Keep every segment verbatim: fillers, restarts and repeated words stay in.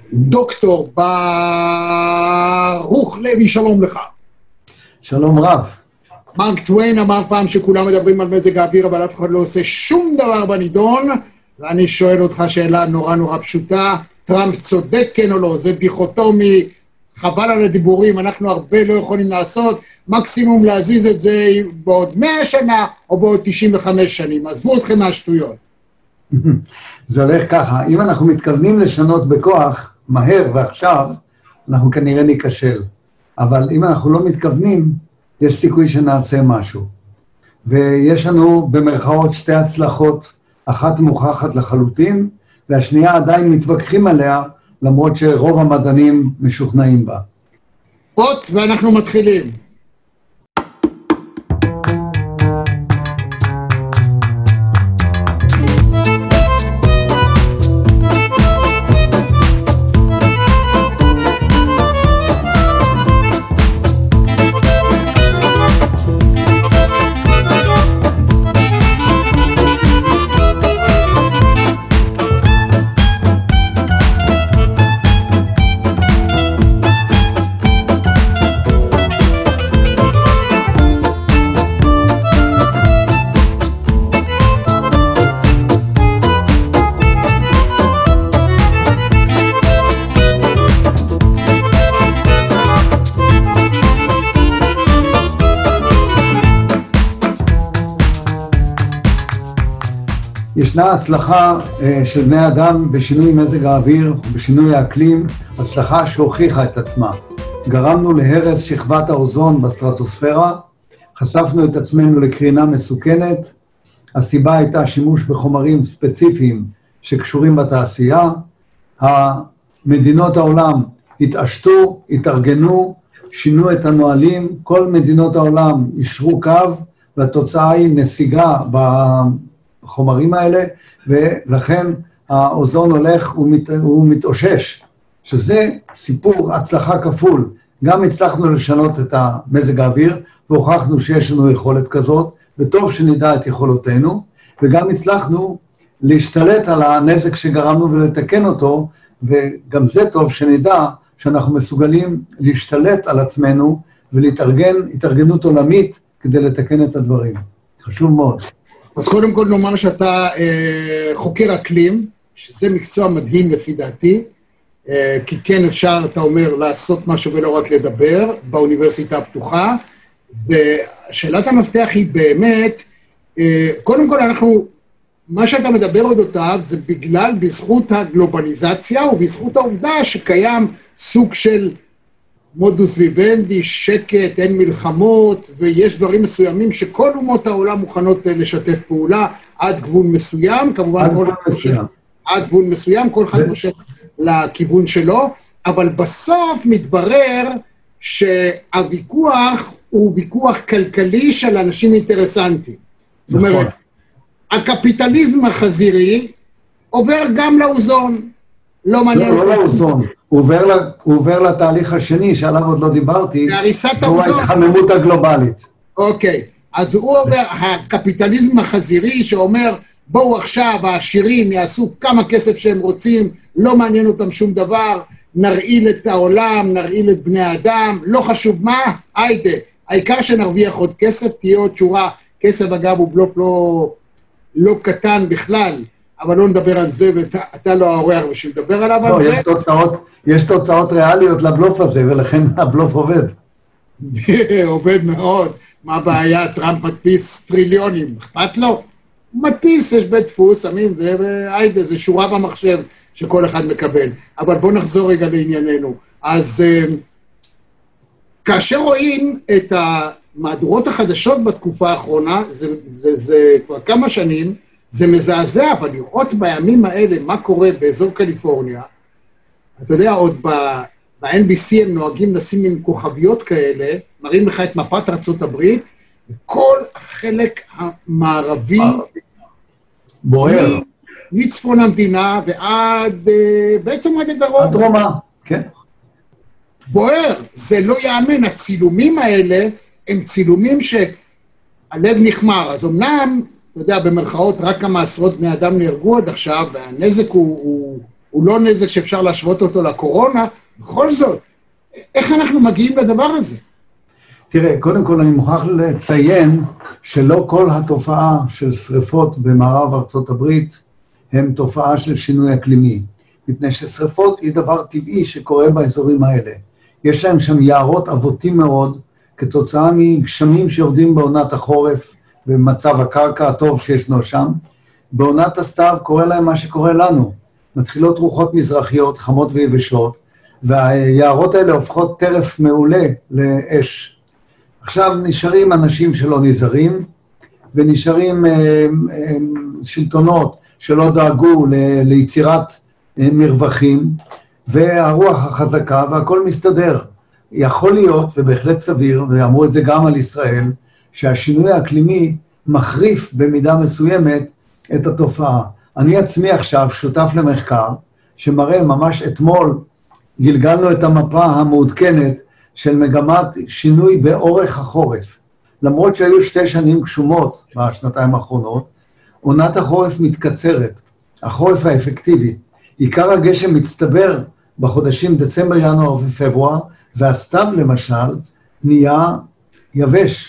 דוקטור ברוך לוי, שלום לך. שלום רב. מרק טוויין אמר פעם שכולם מדברים על מזג האוויר, אבל אף אחד לא עושה שום דבר בנידון, ואני שואל אותך שאלה נורא נורא פשוטה, טראמפ צודק כן או לא? זה דיכוטומי, חבל על הדיבורים, אנחנו הרבה לא יכולים לעשות, מקסימום להזיז את זה בעוד מאה שנה או בעוד תשעים וחמש שנים, עזבו אתכם מהשטויות. זה הולך ככה, אם אנחנו מתכוונים לשנות בכוח, מהר ועכשיו, אנחנו כנראה ניכשל. אבל אם אנחנו לא מתכוונים, יש סיכוי שנעשה משהו. ויש לנו במרכאות שתי הצלחות, אחת מוכחת לחלוטין, והשנייה עדיין מתווכחים עליה, למרות שרוב המדענים משוכנעים בה. אות ואנחנו מתחילים. ישנה הצלחה של בני אדם בשינוי מזג האוויר ובשינוי האקלים, הצלחה שהוכיחה את עצמה. גרמנו להרס שכבת האוזון בסטרטוספירה, חשפנו את עצמנו לקרינה מסוכנת, הסיבה הייתה שימוש בחומרים ספציפיים שקשורים בתעשייה, המדינות העולם התעשתו, התארגנו, שינו את הנהלים, כל מדינות העולם ישרו קו, והתוצאה היא נסיגה ב... החומרים האלה, ולכן האוזון הולך והוא מתאושש, שזה סיפור הצלחה כפול. גם הצלחנו לשנות את המזג האוויר, והוכחנו שיש לנו יכולת כזאת, וטוב שנדע את יכולותינו, וגם הצלחנו להשתלט על הנזק שגרמנו ולתקן אותו, וגם זה טוב שנדע שאנחנו מסוגלים להשתלט על עצמנו, ולהתארגן התארגנות עולמית כדי לתקן את הדברים. חשוב מאוד. אז קודם כל נאמר שאתה אה, חוקר אקלים, שזה מקצוע מדהים לפי דעתי, אה, כי כן אפשר, אתה אומר, לעשות משהו ולא רק לדבר, באוניברסיטה הפתוחה, ושאלת המפתח היא באמת, אה, קודם כל אנחנו, מה שאתה מדבר אודותיו, זה בגלל, בזכות הגלובליזציה, ובזכות העובדה שקיים סוג של מודוס ויבנדי, שקט, אין מלחמות, ויש דברים מסוימים שכל אומות העולם מוכנות לשתף פעולה עד גבול מסוים, כמובן עד כל גבול מסוים. עד גבול מסוים, כל אחד מושך לכיוון שלו, אבל בסוף מתברר שהוויכוח הוא ויכוח כלכלי של אנשים אינטרסנטיים. זאת אומרת, הקפיטליזם החזירי עובר גם לאוזון, לא מעניין אותו. לא לאוזון. הוא עובר, הוא עובר לתהליך השני, שעליו עוד לא דיברתי, הוא ההתחממות הגלובלית. אוקיי, אז הוא עובר, הקפיטליזם החזירי שאומר, בואו עכשיו העשירים יעשו כמה כסף שהם רוצים, לא מעניין אותם שום דבר, נרעיל את העולם, נרעיל את בני האדם, לא חשוב מה, היידה, העיקר שנרוויח עוד כסף, תהיה עוד שורה, כסף אגב הוא בלוף לא, לא קטן בכלל, אבל לא נדבר על זה, ואתה לא האורח בשביל לדבר עליו לא, על יש זה. תוצאות, יש תוצאות ריאליות לבלוף הזה, ולכן הבלוף עובד. עובד מאוד. מה הבעיה? טראמפ מדפיס טריליונים, אכפת לו? הוא מדפיס, יש בית דפוס, שמים, זה, היידה, זה שורה במחשב שכל אחד מקבל. אבל בואו נחזור רגע לענייננו. אז כאשר רואים את המהדורות החדשות בתקופה האחרונה, זה, זה, זה כבר כמה שנים, זה מזעזע, אבל לראות בימים האלה מה קורה באזור קליפורניה, אתה יודע, עוד ב-אן בי סי הם נוהגים לשים עם כוכביות כאלה, מראים לך את מפת ארצות הברית, וכל החלק המערבי, בוער. מצפון המדינה ועד, בעצם עד הדרום. הדרומה, כן. בוער, זה לא יאמן, הצילומים האלה הם צילומים שהלב נחמר, אז אמנם, אתה יודע, במרכאות רק כמה עשרות בני אדם נהרגו עד עכשיו, והנזק הוא, הוא הוא לא נזק שאפשר להשוות אותו לקורונה, בכל זאת, איך אנחנו מגיעים לדבר הזה? תראה, קודם כל אני מוכרח לציין שלא כל התופעה של שריפות במערב ארצות הברית הם תופעה של שינוי אקלימי, מפני ששריפות היא דבר טבעי שקורה באזורים האלה. יש להם שם יערות אבותים מאוד, כתוצאה מגשמים שיורדים בעונת החורף, במצב הקרקע הטוב שישנו שם. בעונת הסתיו קורה להם מה שקורה לנו, מתחילות רוחות מזרחיות, חמות ויבשות, והיערות האלה הופכות טרף מעולה לאש. עכשיו נשארים אנשים שלא נזהרים, ונשארים אה, אה, שלטונות שלא דאגו ל, ליצירת אה, מרווחים, והרוח החזקה והכל מסתדר. יכול להיות, ובהחלט סביר, ואמרו את זה גם על ישראל, שהשינוי האקלימי מחריף במידה מסוימת את התופעה. אני עצמי עכשיו שותף למחקר, שמראה ממש אתמול, גלגלנו את המפה המעודכנת של מגמת שינוי באורך החורף. למרות שהיו שתי שנים גשומות בשנתיים האחרונות, עונת החורף מתקצרת, החורף האפקטיבי. עיקר הגשם מצטבר בחודשים דצמבר, ינואר ופברואר, והסתיו למשל נהיה יבש.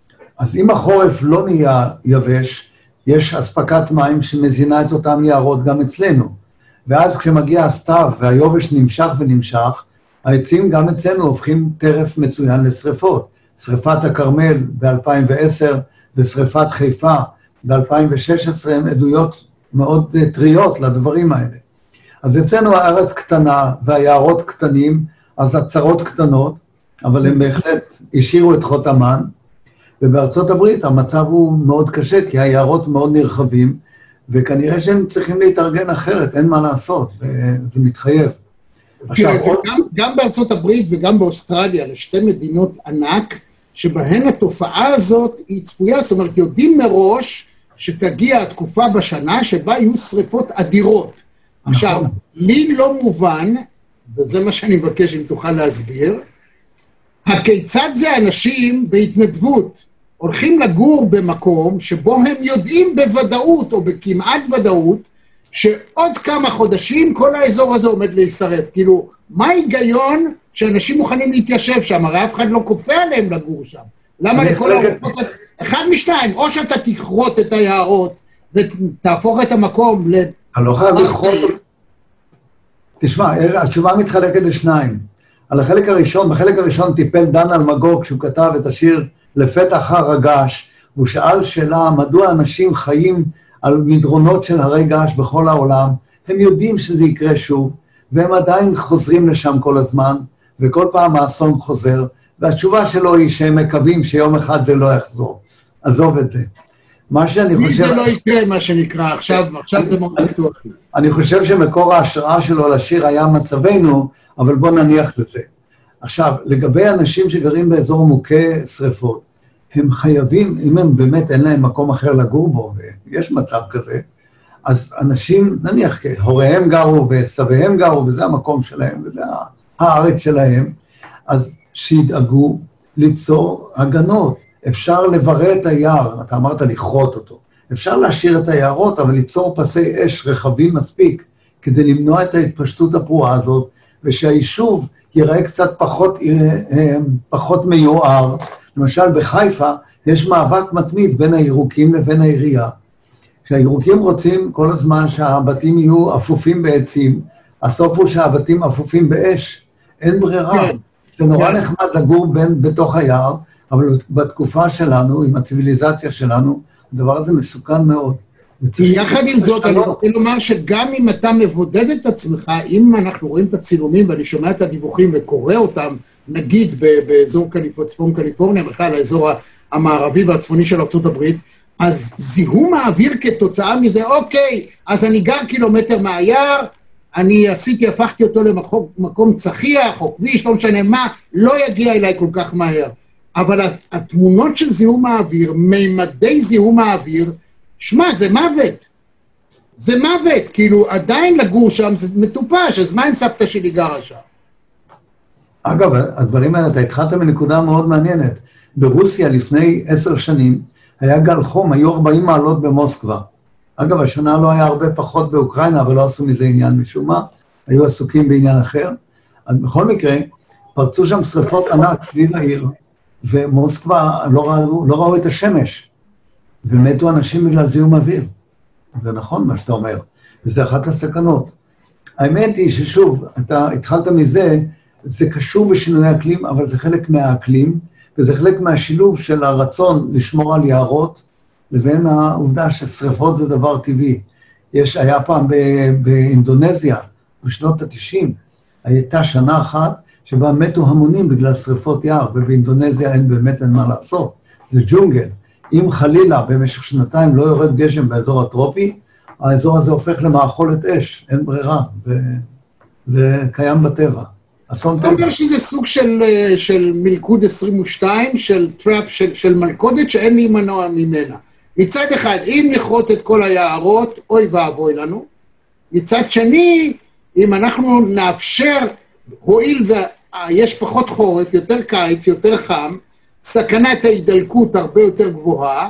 אז אם החורף לא נהיה יבש, יש אספקת מים שמזינה את אותם יערות גם אצלנו. ואז כשמגיע הסתיו והיובש נמשך ונמשך, העצים גם אצלנו הופכים טרף מצוין לשריפות. שריפת הכרמל ב-אלפיים ועשר ושריפת חיפה ב-אלפיים ושש עשרה הן עדויות מאוד טריות לדברים האלה. אז אצלנו הארץ קטנה והיערות קטנים, אז הצרות קטנות, אבל הם בהחלט השאירו את חותמן, ובארצות הברית המצב הוא מאוד קשה, כי היערות מאוד נרחבים, וכנראה שהם צריכים להתארגן אחרת, אין מה לעשות, זה, זה מתחייב. עכשיו, עוד... גם, גם בארצות הברית וגם באוסטרליה, לשתי מדינות ענק, שבהן התופעה הזאת היא צפויה, זאת אומרת, יודעים מראש שתגיע התקופה בשנה שבה יהיו שריפות אדירות. נכון. עכשיו, לי לא מובן, וזה מה שאני מבקש אם תוכל להסביר, הכיצד זה אנשים בהתנדבות הולכים לגור במקום שבו הם יודעים בוודאות או בכמעט ודאות שעוד כמה חודשים כל האזור הזה עומד להישרף. כאילו, מה ההיגיון שאנשים מוכנים להתיישב שם? הרי אף אחד לא כופה עליהם לגור שם. למה לכל הרוחות? אחד משתיים, או שאתה תכרות את היערות ותהפוך את המקום ל... אני לא חייב לכרות. תשמע, התשובה מתחלקת לשניים. על החלק הראשון, בחלק הראשון טיפל דן אלמגור כשהוא כתב את השיר לפתח הר הגעש, והוא שאל שאלה, מדוע אנשים חיים על מדרונות של הרי געש בכל העולם, הם יודעים שזה יקרה שוב, והם עדיין חוזרים לשם כל הזמן, וכל פעם האסון חוזר, והתשובה שלו היא שהם מקווים שיום אחד זה לא יחזור. עזוב את זה. מה שאני חושב... זה לא יקרה, מה שנקרא, עכשיו, עכשיו זה מאוד אקטואלי. אני חושב שמקור ההשראה שלו לשיר היה מצבנו, אבל בוא נניח לזה. עכשיו, לגבי אנשים שגרים באזור מוכה שריפות, הם חייבים, אם הם באמת אין להם מקום אחר לגור בו, ויש מצב כזה, אז אנשים, נניח, הוריהם גרו וסביהם גרו, וזה המקום שלהם, וזה הארץ שלהם, אז שידאגו ליצור הגנות. אפשר לברא את היער, אתה אמרת לכרות אותו. אפשר להשאיר את היערות, אבל ליצור פסי אש רחבים מספיק, כדי למנוע את ההתפשטות הפרועה הזאת, ושהיישוב ייראה קצת פחות, פחות מיוער. למשל, בחיפה יש מאבק מתמיד בין הירוקים לבין העירייה. כשהירוקים רוצים כל הזמן שהבתים יהיו אפופים בעצים, הסוף הוא שהבתים אפופים באש. אין ברירה. כן. זה נורא כן. נחמד לגור בין, בתוך היער, אבל בתקופה שלנו, עם הציביליזציה שלנו, הדבר הזה מסוכן מאוד. יחד עם זאת, אני רוצה לומר שגם אם אתה מבודד את עצמך, אם אנחנו רואים את הצילומים ואני שומע את הדיווחים וקורא אותם, נגיד באזור צפון קליפורניה, בכלל האזור המערבי והצפוני של ארצות הברית, אז זיהום האוויר כתוצאה מזה, אוקיי, אז אני גר קילומטר מהיער, אני עשיתי, הפכתי אותו למקום צחיח או כביש, לא משנה מה, לא יגיע אליי כל כך מהר. אבל התמונות של זיהום האוויר, מימדי זיהום האוויר, שמע, זה מוות. זה מוות, כאילו עדיין לגור שם זה מטופש, אז מה אם סבתא שלי גרה שם? אגב, הדברים האלה, אתה התחלת מנקודה מאוד מעניינת. ברוסיה לפני עשר שנים היה גל חום, היו ארבעים מעלות במוסקבה. אגב, השנה לא היה הרבה פחות באוקראינה, אבל לא עשו מזה עניין משום מה, היו עסוקים בעניין אחר. אז בכל מקרה, פרצו שם שריפות ענק סביב העיר, ומוסקבה לא ראו, לא ראו את השמש, ומתו אנשים בגלל זיהום אוויר. זה נכון מה שאתה אומר, וזה אחת הסכנות. האמת היא ששוב, אתה התחלת מזה, זה קשור בשינוי האקלים, אבל זה חלק מהאקלים, וזה חלק מהשילוב של הרצון לשמור על יערות, לבין העובדה ששריפות זה דבר טבעי. יש, היה פעם באינדונזיה, בשנות ה-תשעים, הייתה שנה אחת שבה מתו המונים בגלל שריפות יער, ובאינדונזיה אין באמת אין מה לעשות. זה ג'ונגל. אם חלילה במשך שנתיים לא יורד גשם באזור הטרופי, האזור הזה הופך למאכולת אש, אין ברירה, זה, זה קיים בטבע. אסון טבע. אני אומר שזה סוג של, של מלכוד עשרים ושתיים, של טראפ, של, של מלכודת שאין להימנוע ממנה. מצד אחד, אם נכרות את כל היערות, אוי ואבוי לנו. מצד שני, אם אנחנו נאפשר, הואיל ויש פחות חורף, יותר קיץ, יותר חם, סכנת ההידלקות הרבה יותר גבוהה,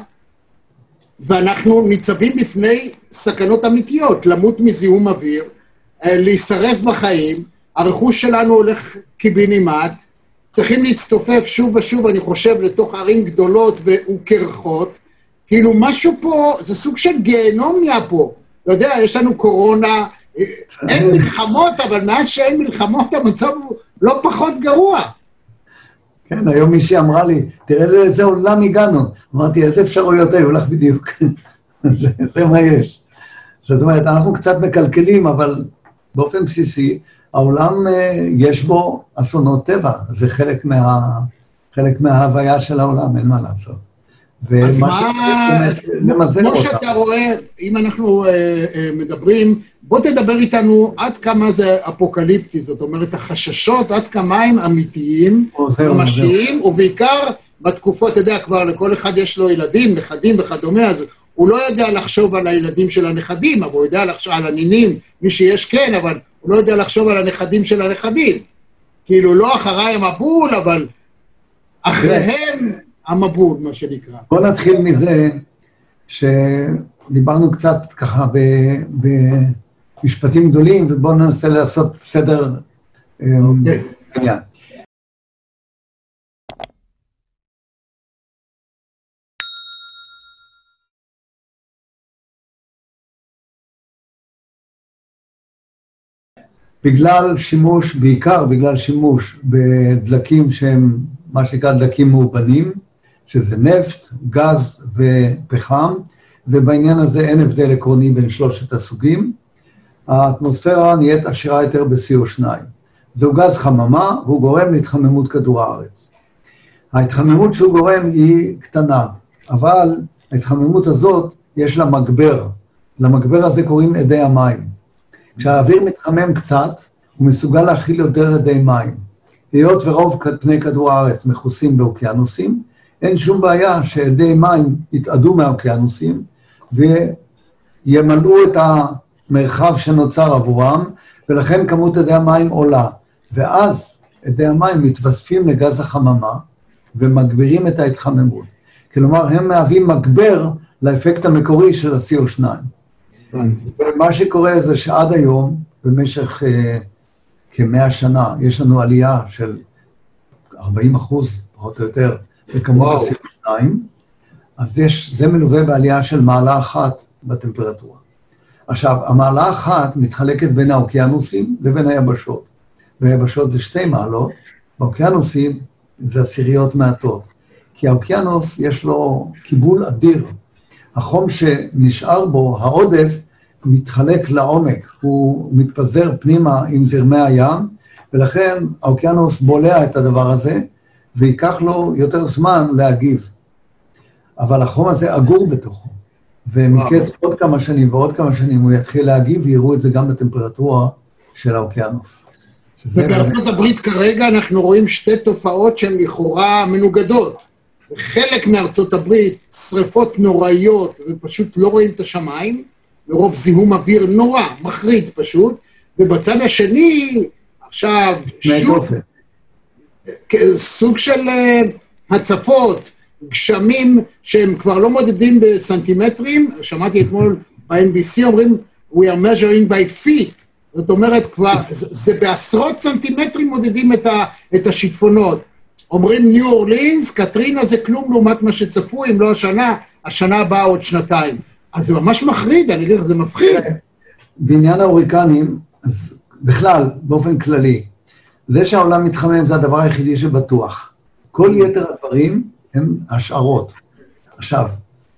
ואנחנו ניצבים בפני סכנות אמיתיות, למות מזיהום אוויר, להישרף בחיים, הרכוש שלנו הולך קיבינימט, צריכים להצטופף שוב ושוב, אני חושב, לתוך ערים גדולות וקרחות, כאילו משהו פה, זה סוג של גיהנומיה פה, אתה יודע, יש לנו קורונה, אין מלחמות, אבל מאז שאין מלחמות המצב הוא לא פחות גרוע. כן, היום מישהי אמרה לי, תראה לאיזה עולם הגענו. אמרתי, איזה אפשרויות היו לך בדיוק? זה, זה מה יש. זאת אומרת, אנחנו קצת מקלקלים, אבל באופן בסיסי, העולם יש בו אסונות טבע. זה חלק, מה, חלק מההוויה של העולם, אין מה לעשות. אז מה, כמו שאתה רואה, אם אנחנו מדברים, בוא תדבר איתנו עד כמה זה אפוקליפטי, זאת אומרת, החששות עד כמה הם אמיתיים, ממשיים, ובעיקר בתקופות, אתה יודע, כבר לכל אחד יש לו ילדים, נכדים וכדומה, אז הוא לא יודע לחשוב על הילדים של הנכדים, אבל הוא יודע לחשוב על הנינים, מי שיש כן, אבל הוא לא יודע לחשוב על הנכדים של הנכדים. כאילו, לא אחריי המבול, אבל אחריהם המבול, מה שנקרא. בוא נתחיל מזה שדיברנו קצת ככה במשפטים גדולים, ובואו ננסה לעשות סדר עניין. בגלל שימוש, בעיקר בגלל שימוש בדלקים שהם מה שנקרא דלקים מאובנים, שזה נפט, גז ופחם, ובעניין הזה אין הבדל עקרוני בין שלושת הסוגים. האטמוספירה נהיית עשירה יותר ב-סי או שתיים. זהו גז חממה, והוא גורם להתחממות כדור הארץ. ההתחממות שהוא גורם היא קטנה, אבל ההתחממות הזאת יש לה מגבר. למגבר הזה קוראים אדי המים. כשהאוויר מתחמם קצת, הוא מסוגל להכיל יותר אדי מים. היות ורוב פני כדור הארץ מכוסים באוקיינוסים, אין שום בעיה שאדי מים יתעדו מהאוקיינוסים, וימלאו את המרחב שנוצר עבורם, ולכן כמות אדי המים עולה. ואז אדי המים מתווספים לגז החממה, ומגבירים את ההתחממות. כלומר, הם מהווים מגבר לאפקט המקורי של ה-סי או שתיים. ומה שקורה זה שעד היום, במשך uh, כמאה שנה, יש לנו עלייה של ארבעים אחוז, פחות או יותר, בכמות ה-סי או שתיים, אז יש, זה מלווה בעלייה של מעלה אחת בטמפרטורה. עכשיו, המעלה האחת מתחלקת בין האוקיינוסים לבין היבשות. ביבשות זה שתי מעלות, באוקיינוסים זה עשיריות מעטות. כי האוקיינוס יש לו קיבול אדיר. החום שנשאר בו, העודף, מתחלק לעומק, הוא מתפזר פנימה עם זרמי הים, ולכן האוקיינוס בולע את הדבר הזה, ויקח לו יותר זמן להגיב. אבל החום הזה אגור בתוכו, ומקץ עוד כמה שנים ועוד כמה שנים הוא יתחיל להגיב, ויראו את זה גם בטמפרטורה של האוקיינוס. בארצות הברית כרגע אנחנו רואים שתי תופעות שהן לכאורה מנוגדות. בחלק מארצות הברית שריפות נוראיות ופשוט לא רואים את השמיים, מרוב זיהום אוויר נורא, מחריד פשוט, ובצד השני עכשיו שוב סוג של הצפות, גשמים שהם כבר לא מודדים בסנטימטרים, שמעתי אתמול ב-אן בי סי אומרים, we are measuring by feet, זאת אומרת כבר, זה, זה בעשרות סנטימטרים מודדים את, ה, את השיטפונות. אומרים ניו אורלינס, קטרינה זה כלום לעומת מה שצפו, אם לא השנה, השנה הבאה עוד שנתיים. אז זה ממש מחריד, אני אגיד לך, זה מפחיד. בעניין ההוריקנים, אז בכלל, באופן כללי, זה שהעולם מתחמם זה הדבר היחידי שבטוח. כל יתר הדברים הם השערות. עכשיו,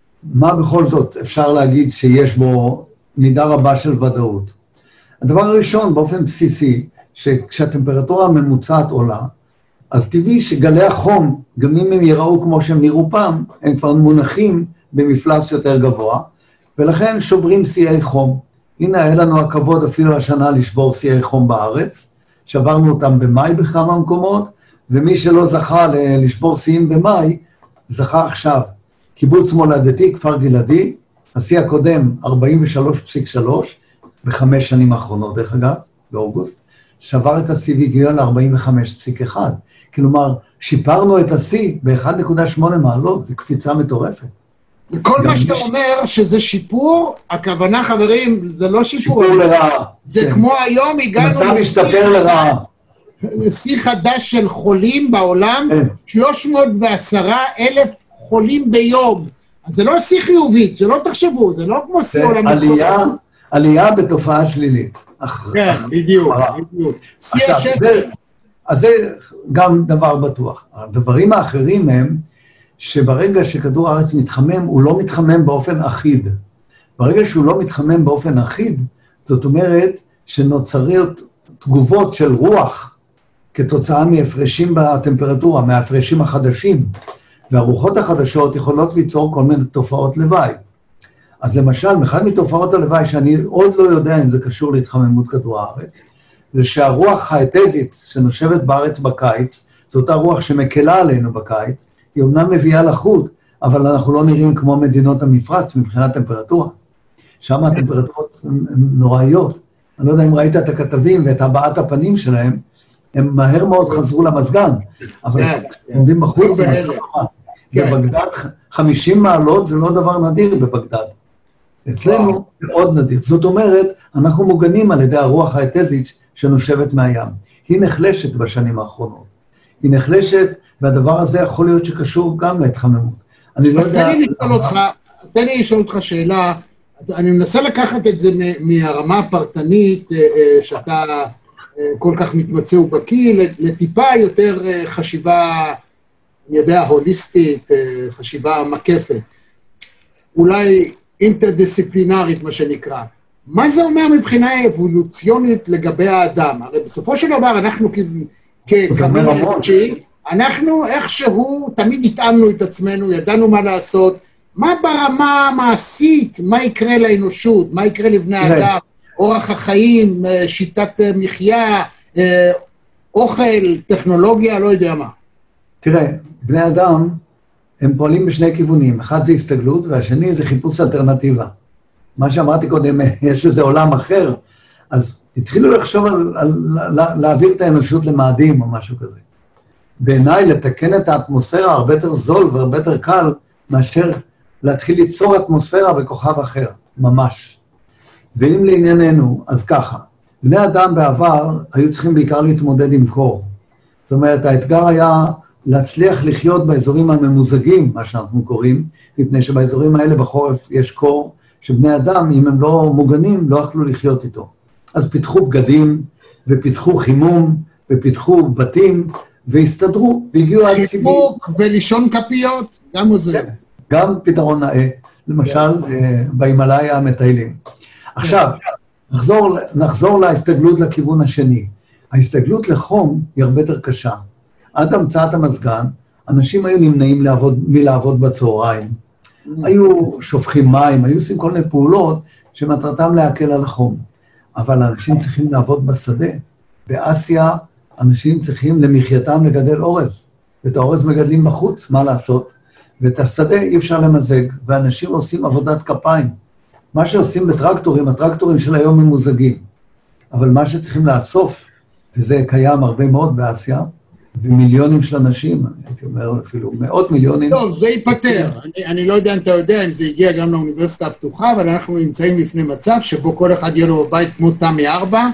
מה בכל זאת אפשר להגיד שיש בו מידה רבה של ודאות? הדבר הראשון, באופן בסיסי, שכשהטמפרטורה הממוצעת עולה, אז טבעי שגלי החום, גם אם הם יראו כמו שהם נראו פעם, הם כבר מונחים במפלס יותר גבוה, ולכן שוברים שיאי חום. הנה, היה לנו הכבוד אפילו השנה לשבור שיאי חום בארץ, שברנו אותם במאי בכמה מקומות, ומי שלא זכה לשבור שיאים במאי, זכה עכשיו. קיבוץ מולדתי, כפר גלעדי, השיא הקודם ארבעים ושלוש נקודה שלוש, בחמש שנים האחרונות, דרך אגב, באוגוסט, שבר את השיא והגיע ל-ארבעים וחמש נקודה אחת. כלומר, שיפרנו את השיא ב-אחת נקודה שמונה מעלות, זו קפיצה מטורפת. וכל מה שאתה אומר שזה שיפור, הכוונה, חברים, זה לא שיפור. שיפור לרעה. זה כן. כמו היום הגענו... מצב משתפר לרעה. שיא חדש של חולים בעולם, כן. שלוש מאות ועשרה אלף חולים ביום. אז זה לא שיא חיובית, שלא תחשבו, זה לא כמו שיא עולמי. עלייה, עלייה בתופעה שלילית. כן, בדיוק, בדיוק. שיא השפל. אז זה גם דבר בטוח. הדברים האחרים הם, שברגע שכדור הארץ מתחמם, הוא לא מתחמם באופן אחיד. ברגע שהוא לא מתחמם באופן אחיד, זאת אומרת שנוצרות תגובות של רוח, כתוצאה מהפרשים בטמפרטורה, מההפרשים החדשים, והרוחות החדשות יכולות ליצור כל מיני תופעות לוואי. אז למשל, אחד מתופעות הלוואי שאני עוד לא יודע אם זה קשור להתחממות כדור הארץ, זה שהרוח האטזית שנושבת בארץ בקיץ, זאת הרוח שמקלה עלינו בקיץ, היא אומנם מביאה לחות, אבל אנחנו לא נראים כמו מדינות המפרץ מבחינת טמפרטורה. שם הטמפרטורות הן נוראיות. אני לא יודע אם ראית את הכתבים ואת הבעת הפנים שלהם, הם מהר מאוד חזרו למזגן, אבל הם עומדים בחוץ. בבגדד חמישים מעלות זה לא דבר נדיר בבגדד. אצלנו מאוד נדיר. זאת אומרת, אנחנו מוגנים על ידי הרוח האטזית שנושבת מהים. היא נחלשת בשנים האחרונות. היא נחלשת, והדבר הזה יכול להיות שקשור גם להתחממות. אני לא יודע... תן לי לשאול אותך שאלה, אני מנסה לקחת את זה מהרמה הפרטנית, שאתה כל כך מתמצא ובקיא, לטיפה יותר חשיבה, אני יודע, הוליסטית, חשיבה מקפת. אולי אינטרדיסציפלינרית, מה שנקרא. מה זה אומר מבחינה אבולוציונית לגבי האדם? הרי בסופו של דבר, אנחנו כקמין אנושי, אנחנו איכשהו תמיד התאמנו את עצמנו, ידענו מה לעשות, מה ברמה המעשית, מה יקרה לאנושות, מה יקרה לבני האדם, אורח החיים, שיטת מחיה, אוכל, טכנולוגיה, לא יודע מה. תראה, בני אדם הם פועלים בשני כיוונים, אחד זה הסתגלות והשני זה חיפוש אלטרנטיבה. מה שאמרתי קודם, יש איזה עולם אחר, אז התחילו לחשוב על, על, על, על להעביר את האנושות למאדים או משהו כזה. בעיניי לתקן את האטמוספירה הרבה יותר זול והרבה יותר קל מאשר להתחיל ליצור אטמוספירה בכוכב אחר, ממש. ואם לענייננו, אז ככה, בני אדם בעבר היו צריכים בעיקר להתמודד עם קור. זאת אומרת, האתגר היה להצליח לחיות באזורים הממוזגים, מה שאנחנו קוראים, מפני שבאזורים האלה בחורף יש קור, שבני אדם, אם הם לא מוגנים, לא יכלו לחיות איתו. אז פיתחו בגדים, ופיתחו חימום, ופיתחו בתים, והסתדרו, והגיעו עד סיבים. חיבוק ולישון כפיות, גם עוזר. גם פתרון נאה, למשל, בהימאליה המטיילים. עכשיו, נחזור, נחזור להסתגלות לכיוון השני. ההסתגלות לחום היא הרבה יותר קשה. עד המצאת המזגן, אנשים היו נמנעים לעבוד, מלעבוד בצהריים. היו שופכים מים, היו עושים כל מיני פעולות שמטרתם להקל על החום. אבל אנשים צריכים לעבוד בשדה. באסיה, אנשים צריכים למחייתם לגדל אורז. ואת האורז מגדלים בחוץ, מה לעשות? ואת השדה אי אפשר למזג, ואנשים עושים עבודת כפיים. מה שעושים בטרקטורים, הטרקטורים של היום ממוזגים. אבל מה שצריכים לאסוף, וזה קיים הרבה מאוד באסיה, ומיליונים של אנשים, הייתי אומר אפילו מאות מיליונים. טוב, זה ייפטר. אני, אני לא יודע אם אתה יודע אם זה הגיע גם לאוניברסיטה הפתוחה, אבל אנחנו נמצאים לפני מצב שבו כל אחד יהיה לו בבית כמו תמי ארבע.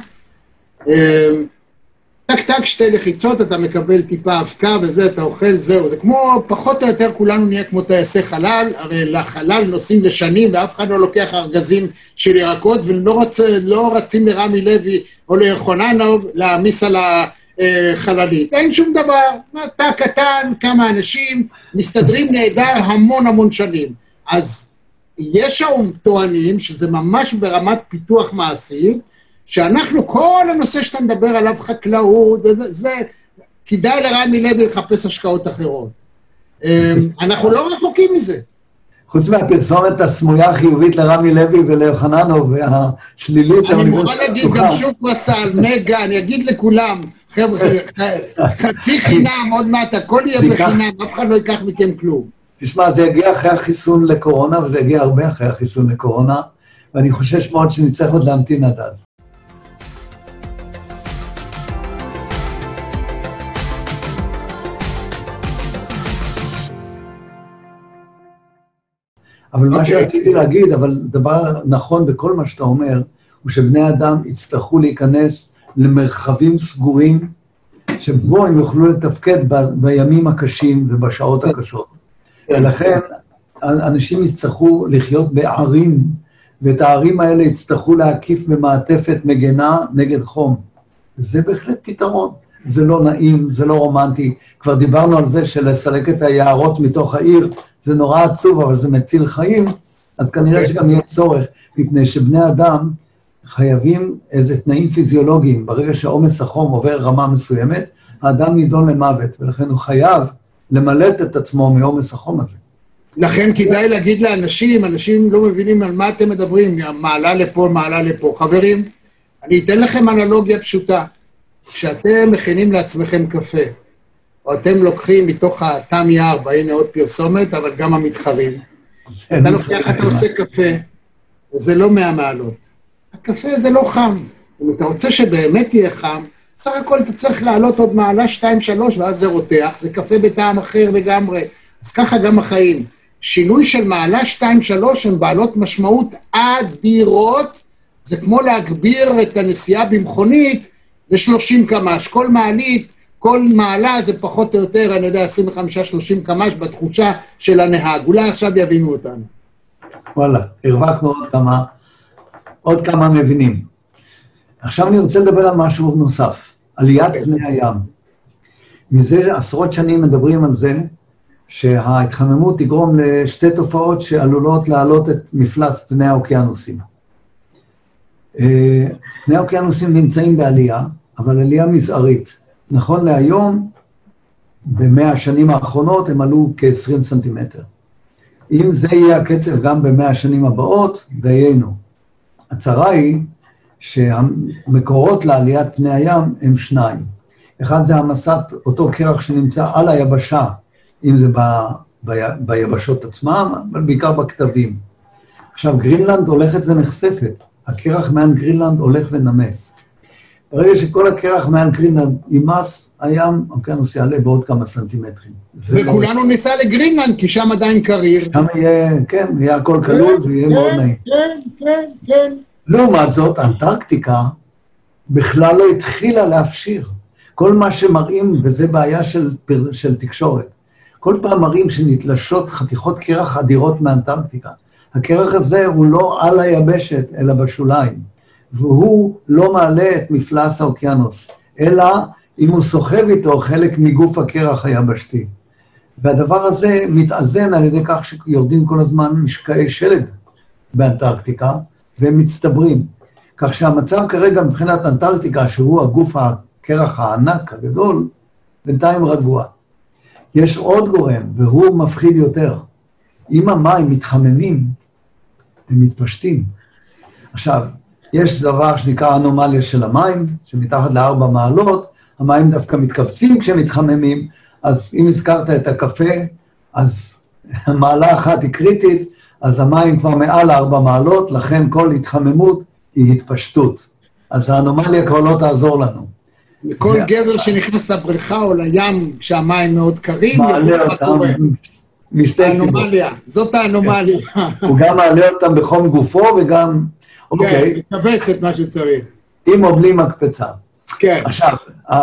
טק טק שתי לחיצות, אתה מקבל טיפה אבקה וזה, אתה אוכל, זהו. זה כמו, פחות או יותר כולנו נהיה כמו טייסי חלל, הרי לחלל נוסעים לשנים ואף אחד לא לוקח ארגזים של ירקות, ולא רצ, לא רצים לרמי לוי או ליוחננוב להעמיס על החללית. אין שום דבר, תא קטן, כמה אנשים, מסתדרים נהדר המון המון שנים. אז יש היום טוענים שזה ממש ברמת פיתוח מעשי, שאנחנו, כל הנושא שאתה מדבר עליו, חקלאות, זה, זה, כדאי לרמי לוי לחפש השקעות אחרות. אנחנו לא רחוקים מזה. חוץ מהפרסומת הסמויה החיובית לרמי לוי וליוחננוב, והשלילית של האוניברסיטה. אני מוכן להגיד גם שופרסל, מגה, אני אגיד לכולם, חבר'ה, חצי חינם, עוד מעט, הכל יהיה בחינם, אף אחד לא ייקח מכם כלום. תשמע, זה יגיע אחרי החיסון לקורונה, וזה יגיע הרבה אחרי החיסון לקורונה, ואני חושש מאוד שנצטרך עוד להמתין עד אז. אבל מה שרציתי להגיד, אבל דבר נכון בכל מה שאתה אומר, הוא שבני אדם יצטרכו להיכנס למרחבים סגורים, שבו הם יוכלו לתפקד ב- בימים הקשים ובשעות הקשות. ולכן אנשים יצטרכו לחיות בערים, ואת הערים האלה יצטרכו להקיף במעטפת מגנה נגד חום. זה בהחלט פתרון. זה לא נעים, זה לא רומנטי. כבר דיברנו על זה שלסלק את היערות מתוך העיר, זה נורא עצוב, אבל זה מציל חיים, אז כנראה שגם יהיה צורך, מפני שבני אדם חייבים איזה תנאים פיזיולוגיים. ברגע שהעומס החום עובר רמה מסוימת, האדם נידון למוות, ולכן הוא חייב למלט את עצמו מעומס החום הזה. לכן כדאי להגיד לאנשים, אנשים לא מבינים על מה אתם מדברים, מעלה לפה, מעלה לפה. חברים, אני אתן לכם אנלוגיה פשוטה. כשאתם מכינים לעצמכם קפה, או אתם לוקחים מתוך התמי ארבע, הנה עוד פרסומת, אבל גם המתחרים. אתה לוקח, אתה עושה קפה, וזה לא מאה מעלות. הקפה זה לא חם. אם אתה רוצה שבאמת יהיה חם, סך הכל אתה צריך לעלות עוד מעלה שתיים שלוש, ואז זה רותח, זה קפה בטעם אחר לגמרי. אז ככה גם החיים. שינוי של מעלה שתיים שלוש הן בעלות משמעות אדירות, זה כמו להגביר את הנסיעה במכונית ל-שלושים קמ"ש. כל מעלית, כל מעלה זה פחות או יותר, אני יודע, עשרים וחמש שלושים קמ"ש בתחושה של הנהג. אולי עכשיו יבינו אותנו. וואלה, הרווחנו עוד כמה, עוד כמה מבינים. עכשיו אני רוצה לדבר על משהו נוסף, עליית פני הים. מזה עשרות שנים מדברים על זה, שההתחממות תגרום לשתי תופעות שעלולות להעלות את מפלס פני האוקיינוסים. פני האוקיינוסים נמצאים בעלייה, אבל עלייה מזערית. נכון להיום, במאה השנים האחרונות הם עלו כ-עשרים סנטימטר. אם זה יהיה הקצב גם במאה השנים הבאות, דיינו. הצרה היא שהמקורות לעליית פני הים הם שניים. אחד זה המסת אותו קרח שנמצא על היבשה, אם זה ב, ב, ביבשות עצמם, אבל בעיקר בכתבים. עכשיו, גרינלנד הולכת ונחשפת. הקרח מעל גרינלנד הולך ונמס. ברגע שכל הקרח מעל גרינלנד יימס, הים, האוקיינוס יעלה בעוד כמה סנטימטרים. וכולנו לא... ניסע לגרינלנד, כי שם עדיין קריר. שם יהיה, כן, יהיה הכל כלול כן, ויהיה כן, מאוד נעים. כן, כן, כן. לעומת זאת, אנטרקטיקה בכלל לא התחילה להפשיר. כל מה שמראים, וזה בעיה של, של תקשורת, כל פעם מראים שנתלשות חתיכות קרח אדירות מאנטרקטיקה. הקרח הזה הוא לא על היבשת, אלא בשוליים, והוא לא מעלה את מפלס האוקיינוס, אלא אם הוא סוחב איתו חלק מגוף הקרח היבשתי. והדבר הזה מתאזן על ידי כך שיורדים כל הזמן משקעי שלג באנטרקטיקה, והם מצטברים. כך שהמצב כרגע מבחינת אנטרקטיקה, שהוא הגוף הקרח הענק הגדול, בינתיים רגוע. יש עוד גורם, והוא מפחיד יותר. אם המים מתחממים, הם מתפשטים. עכשיו, יש דבר שנקרא אנומליה של המים, שמתחת לארבע מעלות, המים דווקא מתכווצים כשהם מתחממים, אז אם הזכרת את הקפה, אז מעלה אחת היא קריטית, אז המים כבר מעל ארבע מעלות, לכן כל התחממות היא התפשטות. אז האנומליה כבר לא תעזור לנו. כל גבר שנכנס לבריכה או לים כשהמים מאוד קרים, מעלה אותם משתי סיבות. האנומליה, זאת האנומליה. הוא גם מעלה אותם בחום גופו וגם, אוקיי. כן, מקבץ את מה שצריך. עם או בלי מקפצה. כן. עכשיו,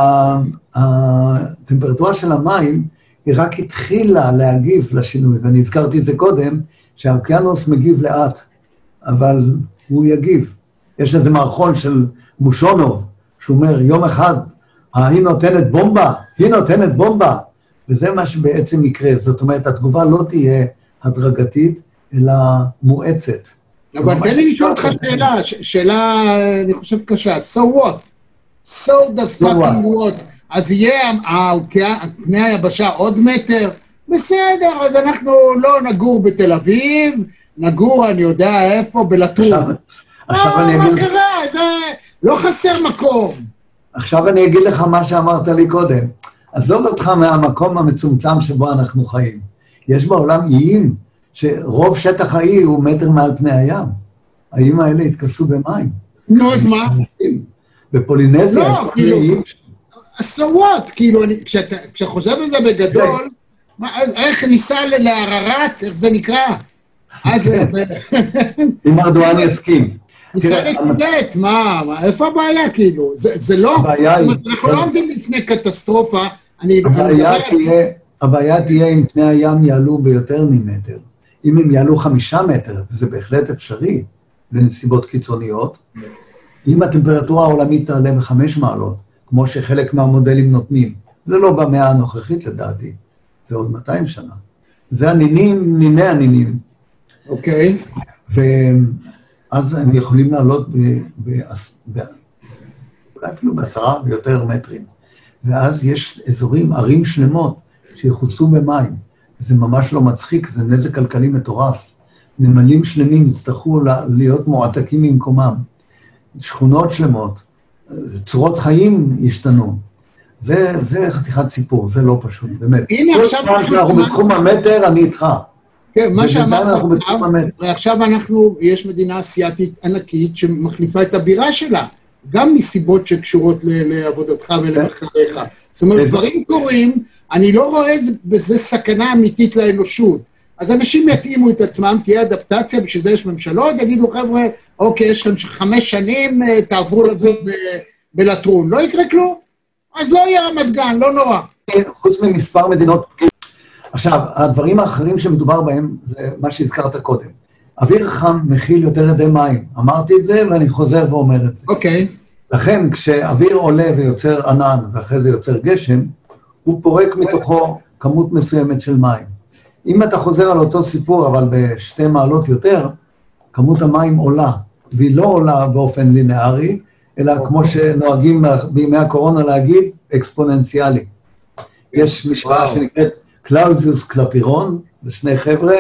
הטמפרטורה של המים היא רק התחילה להגיב לשינוי, ואני הזכרתי את זה קודם, שהאוקיינוס מגיב לאט, אבל הוא יגיב. יש איזה מערכון של מושונוב, שהוא אומר, יום אחד, היא נותנת בומבה, היא נותנת בומבה, וזה מה שבעצם יקרה. זאת אומרת, התגובה לא תהיה הדרגתית, אלא מואצת. אבל תן לי לשאול אותך שאלה, שאלה, אני חושב קשה, so what? so the fucking what? אז יהיה פני היבשה עוד מטר? בסדר, אז אנחנו לא נגור בתל אביב, נגור, אני יודע איפה, בלטרון. מה קרה? זה לא חסר מקום. עכשיו אני אגיד לך מה שאמרת לי קודם. עזוב אותך מהמקום המצומצם שבו אנחנו חיים. יש בעולם איים שרוב שטח האי הוא מטר מעל פני הים. האיים האלה התכסו במים. נו, אז מה? בפולינזיה יש כל מיני איים. so what? כאילו, כשאתה חושב על זה בגדול, איך ניסה לערערת, איך זה נקרא? אם ארדואן יסכים. ניסה להתמודד, מה, איפה הבעיה כאילו? זה לא, אנחנו לא עומדים לפני קטסטרופה, הבעיה תהיה אם פני הים יעלו ביותר ממטר. אם הם יעלו חמישה מטר, וזה בהחלט אפשרי, בנסיבות קיצוניות, אם הטמפרטורה העולמית תעלה בחמש מעלות, כמו שחלק מהמודלים נותנים, זה לא במאה הנוכחית לדעתי, זה עוד מאתיים שנה. זה הנינים, ניני הנינים. אוקיי. ואז הם יכולים לעלות אולי אפילו בעשרה ויותר מטרים. ואז יש אזורים, ערים שלמות, שיחוסו במים. זה ממש לא מצחיק, זה נזק כלכלי מטורף. נמלים שלמים יצטרכו להיות מועתקים ממקומם. שכונות שלמות, צורות חיים ישתנו. זה, זה חתיכת סיפור, זה לא פשוט, באמת. הנה עכשיו... אנחנו בתחום המטר, אני איתך. כן, מה שאמרת, ועכשיו אנחנו, יש מדינה אסיאתית ענקית שמחליפה את הבירה שלה, גם מסיבות שקשורות לעבודתך ולמחקריך. זאת אומרת, דברים קורים, אני לא רואה בזה סכנה אמיתית לאנושות. אז אנשים יתאימו את עצמם, תהיה אדפטציה, בשביל זה יש ממשלות, יגידו, חבר'ה, אוקיי, יש לכם חמש שנים, תעברו לגור בלטרון. לא יקרה כלום? אז לא יהיה רמת גן, לא נורא. חוץ ממספר מדינות. עכשיו, הדברים האחרים שמדובר בהם, זה מה שהזכרת קודם. אוויר חם מכיל יותר ידי מים. אמרתי את זה, ואני חוזר ואומר את זה. אוקיי. לכן, כשאוויר עולה ויוצר ענן, ואחרי זה יוצר גשם, הוא פורק מתוכו כמות מסוימת של מים. אם אתה חוזר על אותו סיפור, אבל בשתי מעלות יותר, כמות המים עולה, והיא לא עולה באופן לינארי, אלא כמו שנוהגים בימי הקורונה להגיד, אקספוננציאלי. יש משוואה שנקראת קלאוזיוס קלפירון, זה שני חבר'ה,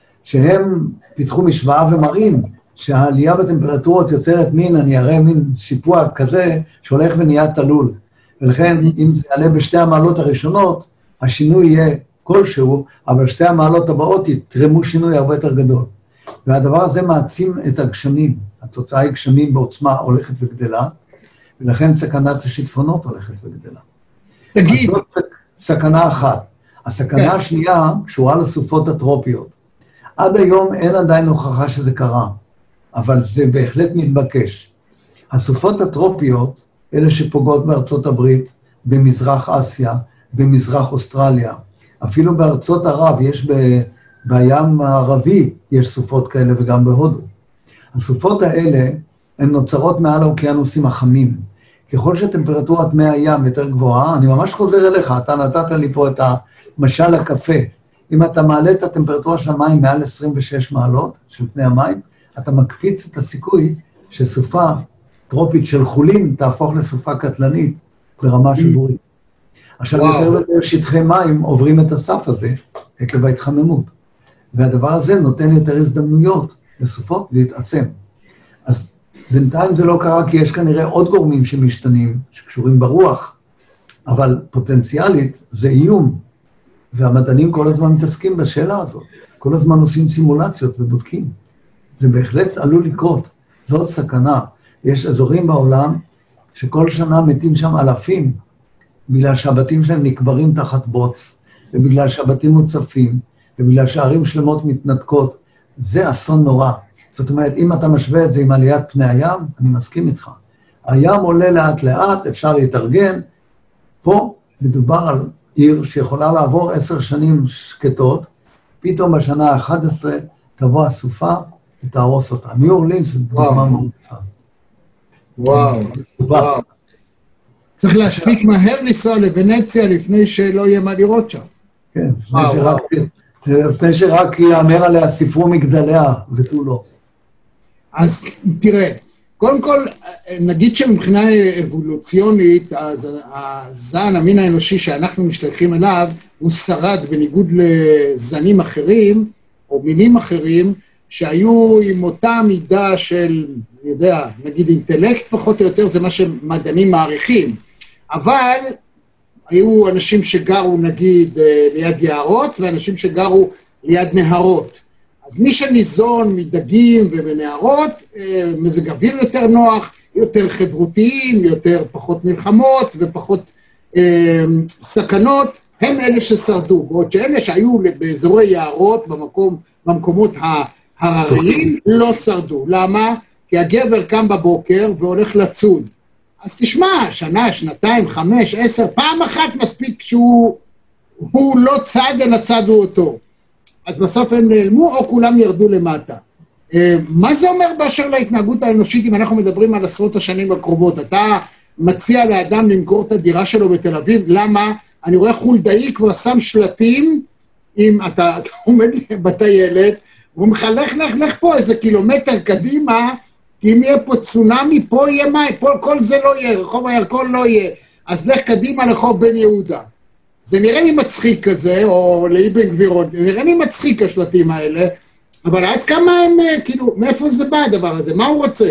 שהם פיתחו משוואה ומראים שהעלייה בטמפרטורות יוצרת מין, אני אראה מין שיפוע כזה, שהולך ונהיה תלול. ולכן, אם זה יעלה בשתי המעלות הראשונות, השינוי יהיה כלשהו, אבל שתי המעלות הבאות יתרמו שינוי הרבה יותר גדול. והדבר הזה מעצים את הגשמים. התוצאה היא גשמים בעוצמה הולכת וגדלה, ולכן סכנת השיטפונות הולכת וגדלה. תגיד. זאת סכנה אחת. הסכנה השנייה קשורה לסופות הטרופיות. עד היום אין עדיין הוכחה שזה קרה, אבל זה בהחלט מתבקש. הסופות הטרופיות, אלה שפוגעות בארצות הברית, במזרח אסיה, במזרח אוסטרליה, אפילו בארצות ערב, יש ב... בים הערבי, יש סופות כאלה וגם בהודו. הסופות האלה הן נוצרות מעל האוקיינוסים החמים. ככל שטמפרטורת מי הים יותר גבוהה, אני ממש חוזר אליך, אתה נתת לי פה את המשל הקפה. אם אתה מעלה את הטמפרטורה של המים מעל עשרים ושש מעלות של פני המים, אתה מקפיץ את הסיכוי שסופה טרופית של חולין תהפוך לסופה קטלנית ברמה שבורית. עכשיו, יותר ויותר שטחי מים עוברים את הסף הזה עקב ההתחממות. והדבר הזה נותן יותר הזדמנויות לסופות להתעצם. אז בינתיים זה לא קרה, כי יש כנראה עוד גורמים שמשתנים, שקשורים ברוח, אבל פוטנציאלית זה איום, והמדענים כל הזמן מתעסקים בשאלה הזאת, כל הזמן עושים סימולציות ובודקים. זה בהחלט עלול לקרות, זאת סכנה. יש אזורים בעולם שכל שנה מתים שם אלפים, בגלל שהבתים שלהם נקברים תחת בוץ, ובגלל שהבתים מוצפים, ובגלל שערים שלמות מתנתקות. זה אסון נורא. זאת אומרת, אם אתה משווה את זה עם עליית פני הים, אני מסכים איתך. הים עולה לאט לאט, אפשר להתארגן. פה מדובר על עיר שיכולה לעבור עשר שנים שקטות, פתאום בשנה ה-אחת עשרה תבוא הסופה ותהרוס אותה. ניו אורלינס זה דוגמה מאוד. וואו, וואו. צריך להספיק מהר לנסוע לוונציה לפני שלא יהיה מה לראות שם. כן, לפני שרק יאמר עליה ספרו מגדליה ותו לא. אז תראה, קודם כל, נגיד שמבחינה אבולוציונית, הזן, המין האנושי שאנחנו משתייכים אליו, הוא שרד בניגוד לזנים אחרים, או מינים אחרים, שהיו עם אותה מידה של, אני יודע, נגיד אינטלקט פחות או יותר, זה מה שמדענים מעריכים. אבל היו אנשים שגרו נגיד ליד יערות, ואנשים שגרו ליד נהרות. אז מי שניזון מדגים ובנהרות, מזג אוויר יותר נוח, יותר חברותיים, יותר פחות מלחמות ופחות אה, סכנות, הם אלה ששרדו. בעוד שאלה שהיו באזורי יערות, במקום, במקומות ההרריים, לא שרדו. למה? כי הגבר קם בבוקר והולך לצוד. אז תשמע, שנה, שנתיים, חמש, עשר, פעם אחת מספיק שהוא הוא לא צד אלא צדו אותו. אז בסוף הם נעלמו או כולם ירדו למטה. מה זה אומר באשר להתנהגות האנושית אם אנחנו מדברים על עשרות השנים הקרובות? אתה מציע לאדם למכור את הדירה שלו בתל אביב, למה? אני רואה חולדאי כבר שם שלטים, אם אתה, אתה עומד בטיילת, הוא מחלך לך לך פה איזה קילומטר קדימה, כי אם יהיה פה צונמי, פה יהיה מים, פה כל זה לא יהיה, רחוב הירקון לא יהיה, אז לך קדימה לחוב בן יהודה. זה נראה לי מצחיק כזה, או לאיבן גבירות, נראה לי מצחיק השלטים האלה, אבל עד כמה הם, כאילו, מאיפה זה בא הדבר הזה? מה הוא רוצה?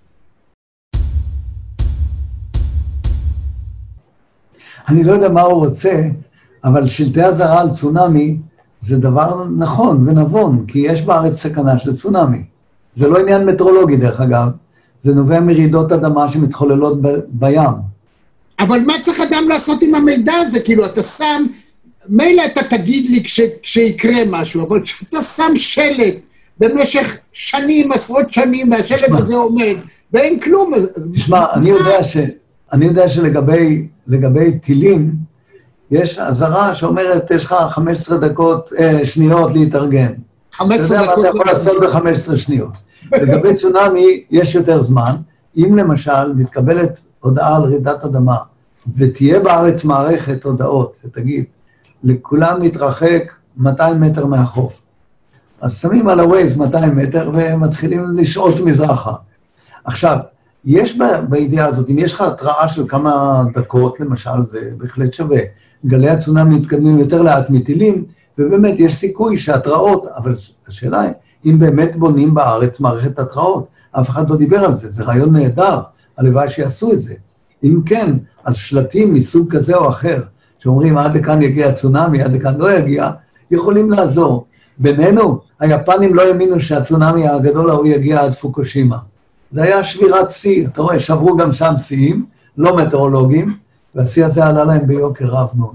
אני לא יודע מה הוא רוצה, אבל שלטי הזרה על צונמי זה דבר נכון ונבון, כי יש בארץ סכנה של צונמי. זה לא עניין מטרולוגי דרך אגב, זה נובע מרעידות אדמה שמתחוללות ב- בים. אבל מה צריך אדם לעשות עם המידע הזה? כאילו, אתה שם, מילא אתה תגיד לי כש, כשיקרה משהו, אבל כשאתה שם שלט במשך שנים, עשרות שנים, והשלט תשמע, הזה עומד, ואין כלום. תשמע, אני יודע, ש, אני יודע שלגבי לגבי טילים, יש אזהרה שאומרת, יש לך חמש עשרה דקות, אה, שניות להתארגן. חמש עשרה דקות. אתה יודע מה אתה יכול לעשות ב-חמש עשרה שניות. לגבי צונמי, יש יותר זמן. אם למשל מתקבלת הודעה על רעידת אדמה, ותהיה בארץ מערכת הודעות, שתגיד, לכולם להתרחק מאתיים מטר מהחוף. אז שמים על הווייז מאתיים מטר ומתחילים לשעות מזרחה. עכשיו, יש בידיעה הזאת, אם יש לך התראה של כמה דקות, למשל, זה בהחלט שווה. גלי הצונמי מתקדמים יותר לאט מטילים, ובאמת יש סיכוי שהתראות, אבל השאלה היא, אם באמת בונים בארץ מערכת התראות, אף אחד לא דיבר על זה, זה רעיון נהדר, הלוואי שיעשו את זה. אם כן, אז שלטים מסוג כזה או אחר, שאומרים עד לכאן יגיע הצונמי, עד לכאן לא יגיע, יכולים לעזור. בינינו, היפנים לא האמינו שהצונמי הגדול ההוא יגיע עד פוקושימה. זה היה שבירת שיא, אתה רואה, שברו גם שם שיאים, לא מטאורולוגים, והשיא הזה עלה להם ביוקר רב מאוד.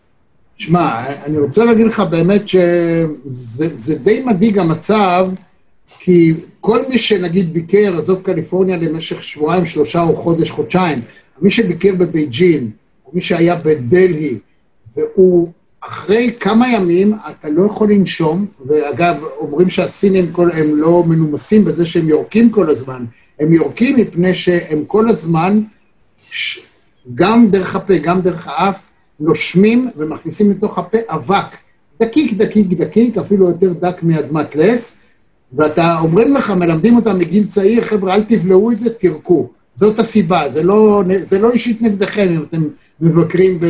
שמע, אני רוצה להגיד לך באמת שזה די מדאיג המצב, כי כל מי שנגיד ביקר, עזוב קליפורניה למשך שבועיים, שלושה או חודש, חודשיים, מי שביקר בבייג'ין, או מי שהיה בדלהי, והוא אחרי כמה ימים, אתה לא יכול לנשום, ואגב, אומרים שהסינים כל, הם לא מנומסים בזה שהם יורקים כל הזמן, הם יורקים מפני שהם כל הזמן, גם דרך הפה, גם דרך האף, נושמים ומכניסים לתוך הפה אבק, דקיק, דקיק, דקיק, אפילו יותר דק מאדמת לס, ואתה אומרים לך, מלמדים אותם מגיל צעיר, חבר'ה, אל תבלעו את זה, תרקו. זאת הסיבה, זה לא, זה לא אישית נגדכם, אם אתם מבקרים ב...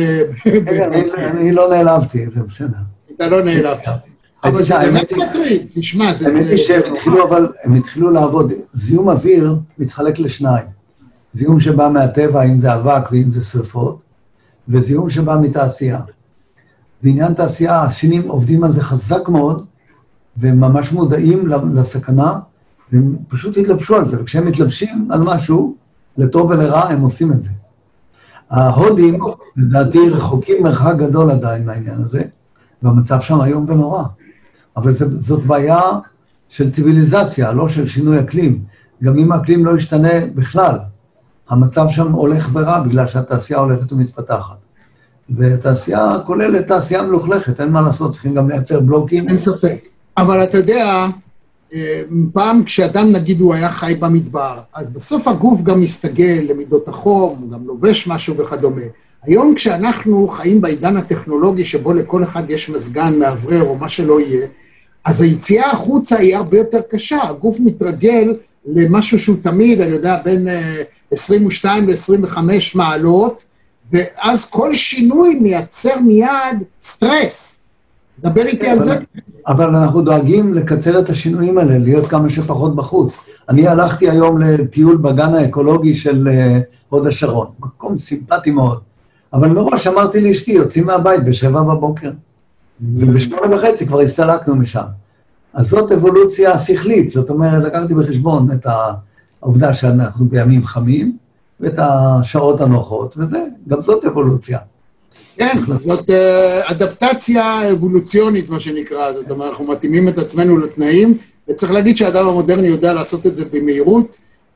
אני לא נעלבתי, זה בסדר. אתה לא נעלבת. אבל זה באמת מטריד, תשמע, זה... האמת היא שהם התחילו, אבל הם התחילו לעבוד, זיהום אוויר מתחלק לשניים. זיהום שבא מהטבע, אם זה אבק ואם זה שרפות, וזיהום שבא מתעשייה. בעניין תעשייה, הסינים עובדים על זה חזק מאוד, והם ממש מודעים לסכנה, והם פשוט התלבשו על זה, וכשהם מתלבשים על משהו, לטוב ולרע הם עושים את זה. ההודים, לדעתי, רחוקים מרחק גדול עדיין מהעניין הזה, והמצב שם היום ונורא. אבל זה, זאת בעיה של ציוויליזציה, לא של שינוי אקלים. גם אם האקלים לא ישתנה בכלל, המצב שם הולך ורע בגלל שהתעשייה הולכת ומתפתחת. והתעשייה כוללת תעשייה מלוכלכת, אין מה לעשות, צריכים גם לייצר בלוקים. אין ספק. אבל אתה יודע, פעם כשאדם נגיד הוא היה חי במדבר, אז בסוף הגוף גם מסתגל למידות החום, הוא גם לובש משהו וכדומה. היום כשאנחנו חיים בעידן הטכנולוגי שבו לכל אחד יש מזגן, מעברר או מה שלא יהיה, אז היציאה החוצה היא הרבה יותר קשה, הגוף מתרגל למשהו שהוא תמיד, אני יודע, בין עשרים ושתיים ל-עשרים וחמש מעלות, ואז כל שינוי מייצר מיד סטרס. דבר איתי על זה. אבל אנחנו דואגים לקצר את השינויים האלה, להיות כמה שפחות בחוץ. אני הלכתי היום לטיול בגן האקולוגי של הוד השרון, מקום סימפטי מאוד. אבל מראש אמרתי לאשתי, יוצאים מהבית בשבע בבוקר, ובשמונה וחצי כבר הסתלקנו משם. אז זאת אבולוציה שכלית, זאת אומרת, לקחתי בחשבון את העובדה שאנחנו בימים חמים, ואת השעות הנוחות, וזה, גם זאת אבולוציה. כן, זאת אדפטציה אבולוציונית, מה שנקרא, זאת אומרת, אנחנו מתאימים את עצמנו לתנאים, וצריך להגיד שהאדם המודרני יודע לעשות את זה במהירות.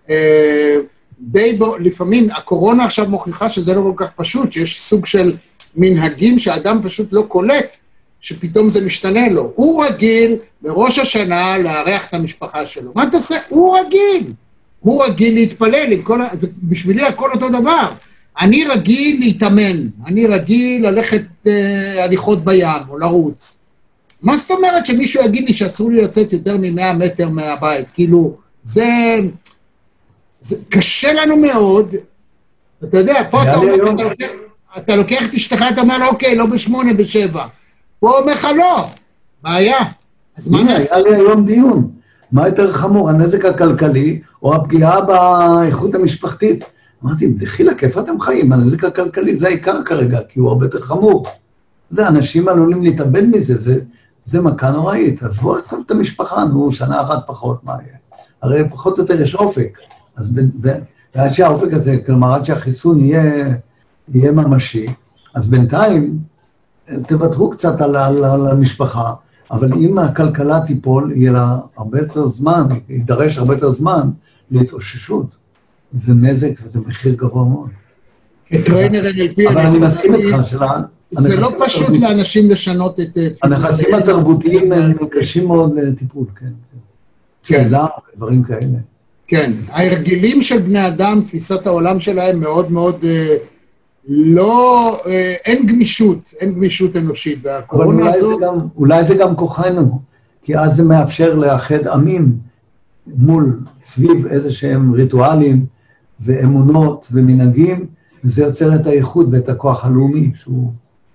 די בו, לפעמים, הקורונה עכשיו מוכיחה שזה לא כל כך פשוט, שיש סוג של מנהגים שהאדם פשוט לא קולט, שפתאום זה משתנה לו. הוא רגיל בראש השנה לארח את המשפחה שלו. מה אתה עושה? הוא רגיל. הוא רגיל להתפלל, עם כל ה... בשבילי הכל אותו דבר. אני רגיל להתאמן, אני רגיל ללכת אה, הליכות בים או לרוץ. מה זאת אומרת שמישהו יגיד לי שאסור לי לצאת יותר מ-מאה מטר מהבית? כאילו, זה, זה קשה לנו מאוד. אתה יודע, פה אתה אומר, אתה לוקח, אתה לוקח את אשתך, אתה אומר לו, אוקיי, לא בשמונה, בשבע. פה אומר לך לא, בעיה. אז מה נעשה? היה לי היום דיון. מה יותר חמור, הנזק הכלכלי או הפגיעה באיכות המשפחתית? אמרתי, דחילק, איפה אתם חיים? הנזק הכלכלי זה העיקר כרגע, כי הוא הרבה יותר חמור. זה, אנשים עלולים להתאבד מזה, זה, זה מכה נוראית. אז בואו נקום את המשפחה, נו, שנה אחת פחות, מה יהיה? הרי פחות או יותר יש אופק. אז ועד שהאופק הזה, כלומר, עד שהחיסון יהיה, יהיה ממשי, אז בינתיים תוותרו קצת על, על, על המשפחה, אבל אם הכלכלה תיפול, יהיה לה הרבה יותר זמן, יידרש הרבה יותר זמן להתאוששות. זה נזק וזה מחיר גבוה מאוד. כטריינר אן אל פי, אבל אני מסכים איתך שלה. זה לא פשוט לאנשים לשנות את... הנכסים התרבותיים הם קשים מאוד לטיפול, כן. תפילה, דברים כאלה. כן, ההרגלים של בני אדם, תפיסת העולם שלהם מאוד מאוד לא... אין גמישות, אין גמישות אנושית. אבל אולי זה גם כוחנו, כי אז זה מאפשר לאחד עמים מול, סביב איזה שהם ריטואלים ואמונות ומנהגים, וזה יוצר את האיחוד ואת הכוח הלאומי, שהוא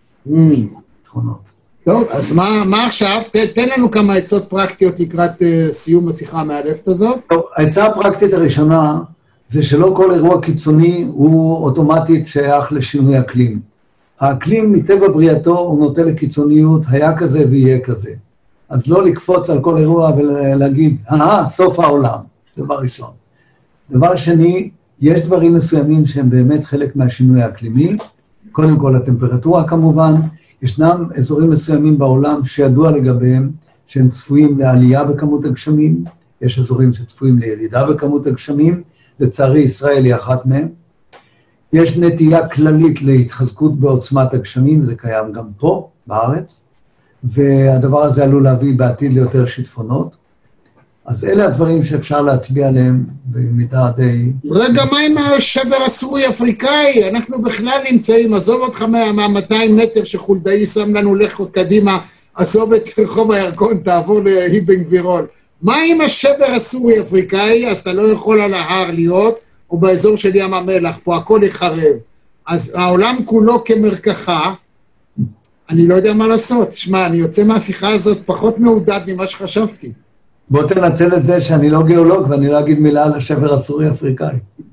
תכונות. טוב, אז מה, מה עכשיו? ת, תן לנו כמה עצות פרקטיות לקראת uh, סיום השיחה המאלפת הזאת. טוב, העצה הפרקטית הראשונה, זה שלא כל אירוע קיצוני הוא אוטומטית שייך לשינוי אקלים. האקלים מטבע בריאתו הוא נוטה לקיצוניות, היה כזה ויהיה כזה. אז לא לקפוץ על כל אירוע ולהגיד, אה, סוף העולם, דבר ראשון. דבר שני, יש דברים מסוימים שהם באמת חלק מהשינוי האקלימי, קודם כל הטמפרטורה כמובן, ישנם אזורים מסוימים בעולם שידוע לגביהם שהם צפויים לעלייה בכמות הגשמים, יש אזורים שצפויים לירידה בכמות הגשמים, לצערי ישראל היא אחת מהם. יש נטייה כללית להתחזקות בעוצמת הגשמים, זה קיים גם פה, בארץ, והדבר הזה עלול להביא בעתיד ליותר שיטפונות. אז אלה הדברים שאפשר להצביע עליהם במידה די... רגע, מה עם השבר הסורי-אפריקאי? אנחנו בכלל נמצאים, עזוב אותך מה-מאתיים מטר שחולדאי שם לנו לך קדימה, עזוב את רחוב הירקון, תעבור להיבן גבירול. מה עם השבר הסורי-אפריקאי? אז אתה לא יכול על ההר להיות, או באזור של ים המלח, פה הכל יחרב. אז העולם כולו כמרקחה, אני לא יודע מה לעשות. שמע, אני יוצא מהשיחה הזאת פחות מעודד ממה שחשבתי. בוא תנצל את זה שאני לא גיאולוג, ואני לא אגיד מילה על השבר הסורי-אפריקאי.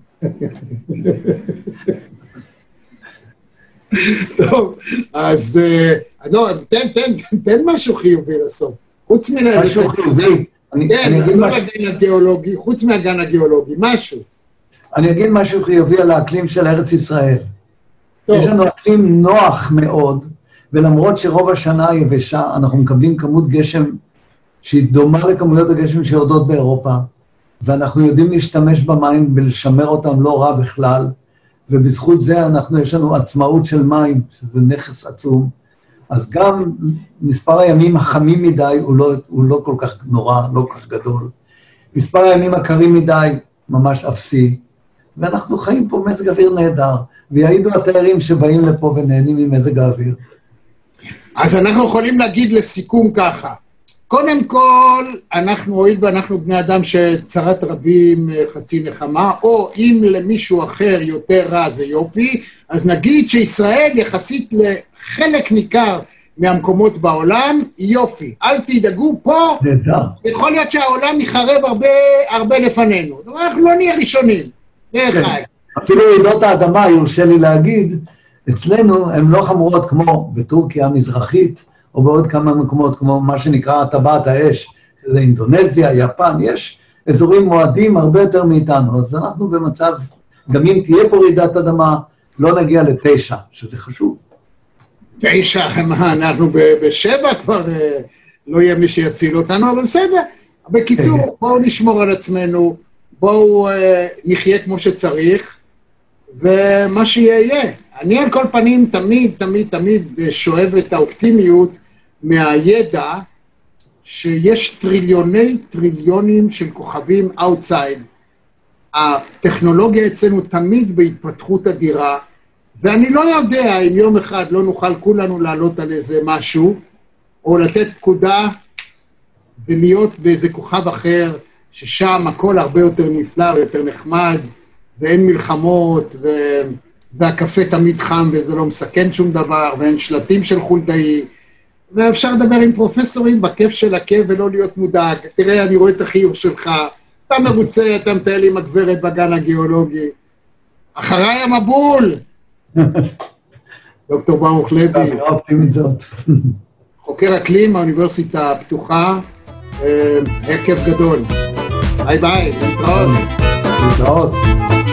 טוב, אז לא, תן, תן, תן משהו חיובי לסוף. חוץ מן... משהו חיובי. כן, לא לגן הגיאולוגי, חוץ מהגן הגיאולוגי, משהו. אני אגיד משהו חיובי על האקלים של ארץ ישראל. טוב. יש לנו אקלים נוח מאוד, ולמרות שרוב השנה יבשה, אנחנו מקבלים כמות גשם שהיא דומה לכמויות הגשם שיורדות באירופה, ואנחנו יודעים להשתמש במים ולשמר אותם לא רע בכלל, ובזכות זה אנחנו, יש לנו עצמאות של מים, שזה נכס עצום. אז גם מספר הימים החמים מדי הוא לא, הוא לא כל כך נורא, לא כל כך גדול. מספר הימים הקרים מדי ממש אפסי, ואנחנו חיים פה מזג אוויר נהדר, ויעידו התיירים שבאים לפה ונהנים ממזג האוויר. אז אנחנו יכולים להגיד לסיכום ככה, קודם כל, אנחנו הואיל ואנחנו בני אדם שצרת רבים חצי נחמה, או אם למישהו אחר יותר רע זה יופי, אז נגיד שישראל יחסית לחלק ניכר מהמקומות בעולם, יופי. אל תדאגו פה, נהדר. יכול להיות שהעולם יחרב הרבה, הרבה לפנינו. זאת אומרת, אנחנו לא נהיה ראשונים. זה אחד. אפילו רעידות האדמה, יורשה לי להגיד, אצלנו הן לא חמורות כמו בטורקיה המזרחית, או בעוד כמה מקומות, כמו מה שנקרא טבעת האש, שזה אינדונזיה, יפן, יש אזורים מועדים הרבה יותר מאיתנו, אז אנחנו במצב, גם אם תהיה פה רעידת אדמה, לא נגיע לתשע, שזה חשוב. תשע, מה, אנחנו בשבע כבר לא יהיה מי שיציל אותנו, אבל בסדר. בקיצור, בואו נשמור על עצמנו, בואו נחיה כמו שצריך, ומה שיהיה יהיה. אני על כל פנים תמיד, תמיד, תמיד שואב את האופטימיות מהידע שיש טריליוני טריליונים של כוכבים outside. הטכנולוגיה אצלנו תמיד בהתפתחות אדירה, ואני לא יודע אם יום אחד לא נוכל כולנו לעלות על איזה משהו, או לתת פקודה ולהיות באיזה כוכב אחר, ששם הכל הרבה יותר נפלא ויותר נחמד, ואין מלחמות, ו... והקפה תמיד חם וזה לא מסכן שום דבר, ואין שלטים של חולדאי, ואפשר לדבר עם פרופסורים בכיף של הכיף ולא להיות מודאג. תראה, אני רואה את החיוך שלך, אתה מרוצה, אתה מטייל עם הגברת בגן הגיאולוגי. אחריי המבול! דוקטור ברוך לוי, חוקר אקלים מהאוניברסיטה הפתוחה, היה כיף גדול. ביי ביי, להתראות. להתראות.